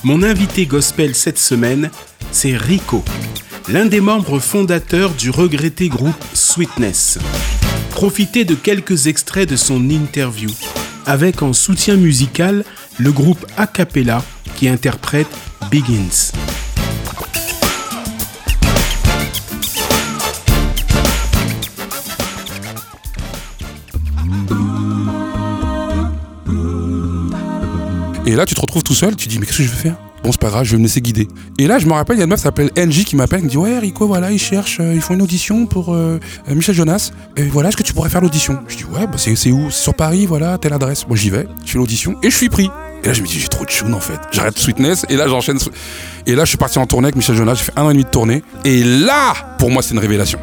Mon invité gospel cette semaine, c'est Rico, l'un des membres fondateurs du regretté groupe Sweetness. Profitez de quelques extraits de son interview, avec en soutien musical le groupe a cappella qui interprète Begins. Et là, tu te retrouves tout seul, tu te dis, mais qu'est-ce que je vais faire ? Bon, c'est pas grave, je vais me laisser guider. Et là, je me rappelle, il y a une meuf qui s'appelle NJ qui m'appelle, qui me dit, ouais, Rico, voilà, ils cherchent, ils font une audition pour Michel Jonas. Et voilà, est-ce que tu pourrais faire l'audition ? Je dis, ouais, bah, c'est où ? C'est sur Paris, voilà, telle adresse. Moi, j'y vais, je fais l'audition et je suis pris. Et là, je me dis, j'ai trop de choune en fait. J'arrête Sweetness et là, j'enchaîne. Et là, je suis parti en tournée avec Michel Jonas, j'ai fait 1 an et demi de tournée. Et là, pour moi, c'est une révélation.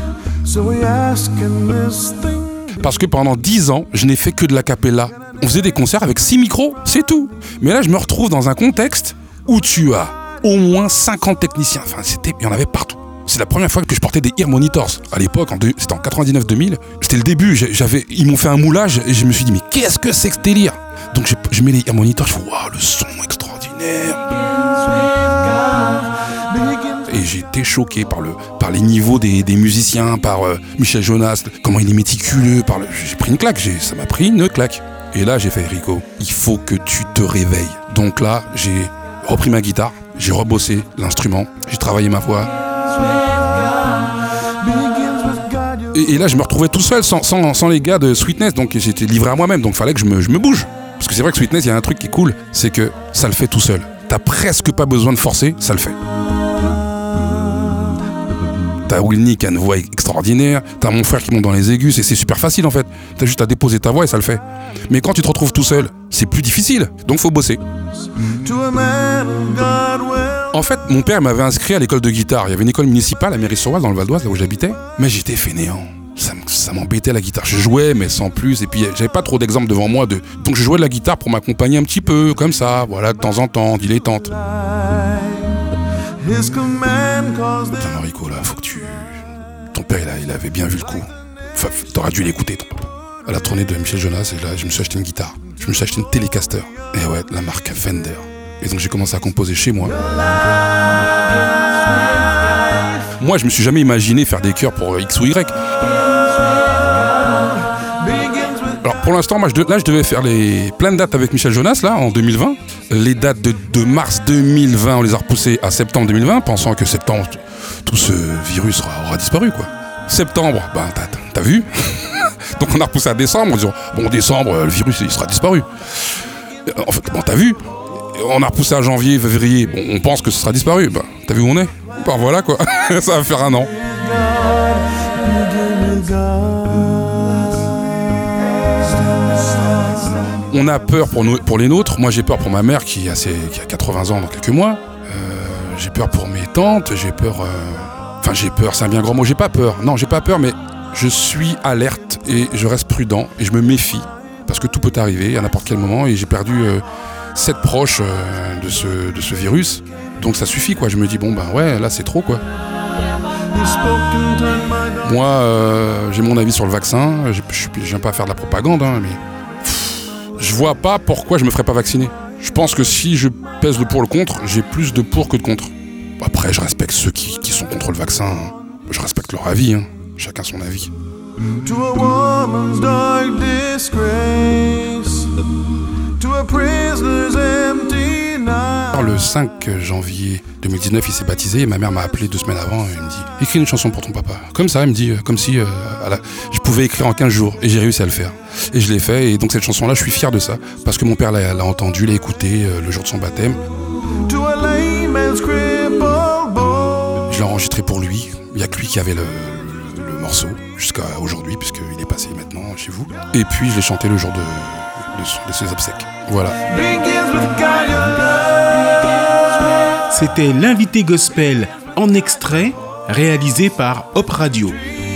Parce que pendant 10 ans, je n'ai fait que de l'a cappella. On faisait des concerts avec 6 micros, c'est tout. Mais là, je me retrouve dans un contexte où tu as au moins 50 techniciens. Enfin, il y en avait partout. C'est la première fois que je portais des ear monitors. À l'époque, c'était en 99-2000. C'était le début. Ils m'ont fait un moulage et je me suis dit, mais qu'est-ce que c'est que ce délire ? Donc, je mets les ear monitors, je fais, waouh, le son extraordinaire. Et j'ai été choqué par les niveaux des musiciens, par Michel Jonas, comment il est méticuleux. J'ai pris une claque, ça m'a pris une claque. Et là, j'ai fait, Rico, il faut que tu te réveilles. Donc là, j'ai repris ma guitare, j'ai rebossé l'instrument, j'ai travaillé ma voix. Et là, je me retrouvais tout seul, sans les gars de Sweetness, donc j'étais livré à moi-même, donc il fallait que je me bouge. Parce que c'est vrai que Sweetness, il y a un truc qui est cool, c'est que ça le fait tout seul. T'as presque pas besoin de forcer, ça le fait. T'as Wilny qui a une voix extraordinaire, t'as mon frère qui monte dans les aigus, et c'est super facile en fait. T'as juste à déposer ta voix et ça le fait. Mais quand tu te retrouves tout seul, c'est plus difficile, donc faut bosser. En fait, mon père m'avait inscrit à l'école de guitare. Il y avait une école municipale à Méry-sur-Oise, dans le Val d'Oise, là où j'habitais. Mais j'étais fainéant. Ça m'embêtait la guitare. Je jouais, mais sans plus. Et puis, j'avais pas trop d'exemples devant moi. Donc, je jouais de la guitare pour m'accompagner un petit peu, comme ça, voilà, de temps en temps, dilettante. Putain, Rico, là, faut que tu... Ton père, il avait bien vu le coup. Enfin, t'aurais dû l'écouter, ton papa. À la tournée de Michel Jonas, et là, je me suis acheté une guitare. Je me suis acheté une Telecaster. Et ouais, la marque Fender. Et donc, j'ai commencé à composer chez moi. Moi, je me suis jamais imaginé faire des chœurs pour X ou Y. Alors, pour l'instant, moi, je devais faire plein de dates avec Michel Jonas, là, en 2020. Les dates de mars 2020, on les a repoussées à septembre 2020, pensant que septembre, tout ce virus aura disparu, quoi. Septembre, ben, t'as vu ? Donc, on a repoussé à décembre, en disant, bon, décembre, le virus, il sera disparu. En fait, bon, t'as vu ? On a repoussé à janvier, février, bon, on pense que ce sera disparu. Ben, t'as vu où on est ? Ben, voilà, quoi. Ça va faire 1 an. On a peur pour les nôtres. Moi, j'ai peur pour ma mère qui a 80 ans dans quelques mois. J'ai peur pour mes tantes. J'ai peur... Enfin, j'ai peur, c'est un bien grand mot. J'ai pas peur. Non, j'ai pas peur, mais je suis alerte et je reste prudent et je me méfie. Parce que tout peut arriver à n'importe quel moment. Et j'ai perdu 7 proches de ce virus. Donc ça suffit, quoi. Je me dis, bon, ben ouais, là, c'est trop, quoi. Moi, j'ai mon avis sur le vaccin. Je viens pas faire de la propagande, hein, mais... Je vois pas pourquoi je me ferais pas vacciner. Je pense que si je pèse le pour le contre, j'ai plus de pour que de contre. Après, je respecte ceux qui sont contre le vaccin. Hein. Je respecte leur avis. Hein. Chacun son avis. To a woman's dark disgrace, to a prisoner's empty night. Le 5 janvier 2019, il s'est baptisé et ma mère m'a appelé 2 semaines avant et elle me dit « Écris une chanson pour ton papa ». Comme ça, elle me dit, comme si je pouvais écrire en 15 jours et j'ai réussi à le faire. Et je l'ai fait et donc cette chanson-là, je suis fier de ça parce que mon père l'a entendue, l'a écoutée le jour de son baptême. Je l'ai enregistré pour lui, il n'y a que lui qui avait le morceau jusqu'à aujourd'hui puisqu'il est passé maintenant chez vous. Et puis je l'ai chanté le jour de ses obsèques. Voilà. C'était l'invité gospel en extrait réalisé par Hop Radio.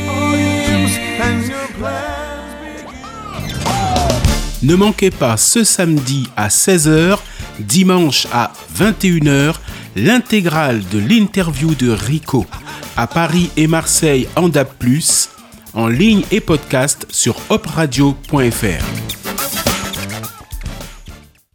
Ne manquez pas ce samedi à 16h, dimanche à 21h, l'intégrale de l'interview de Rico à Paris et Marseille en DAB+, en ligne et podcast sur hopradio.fr.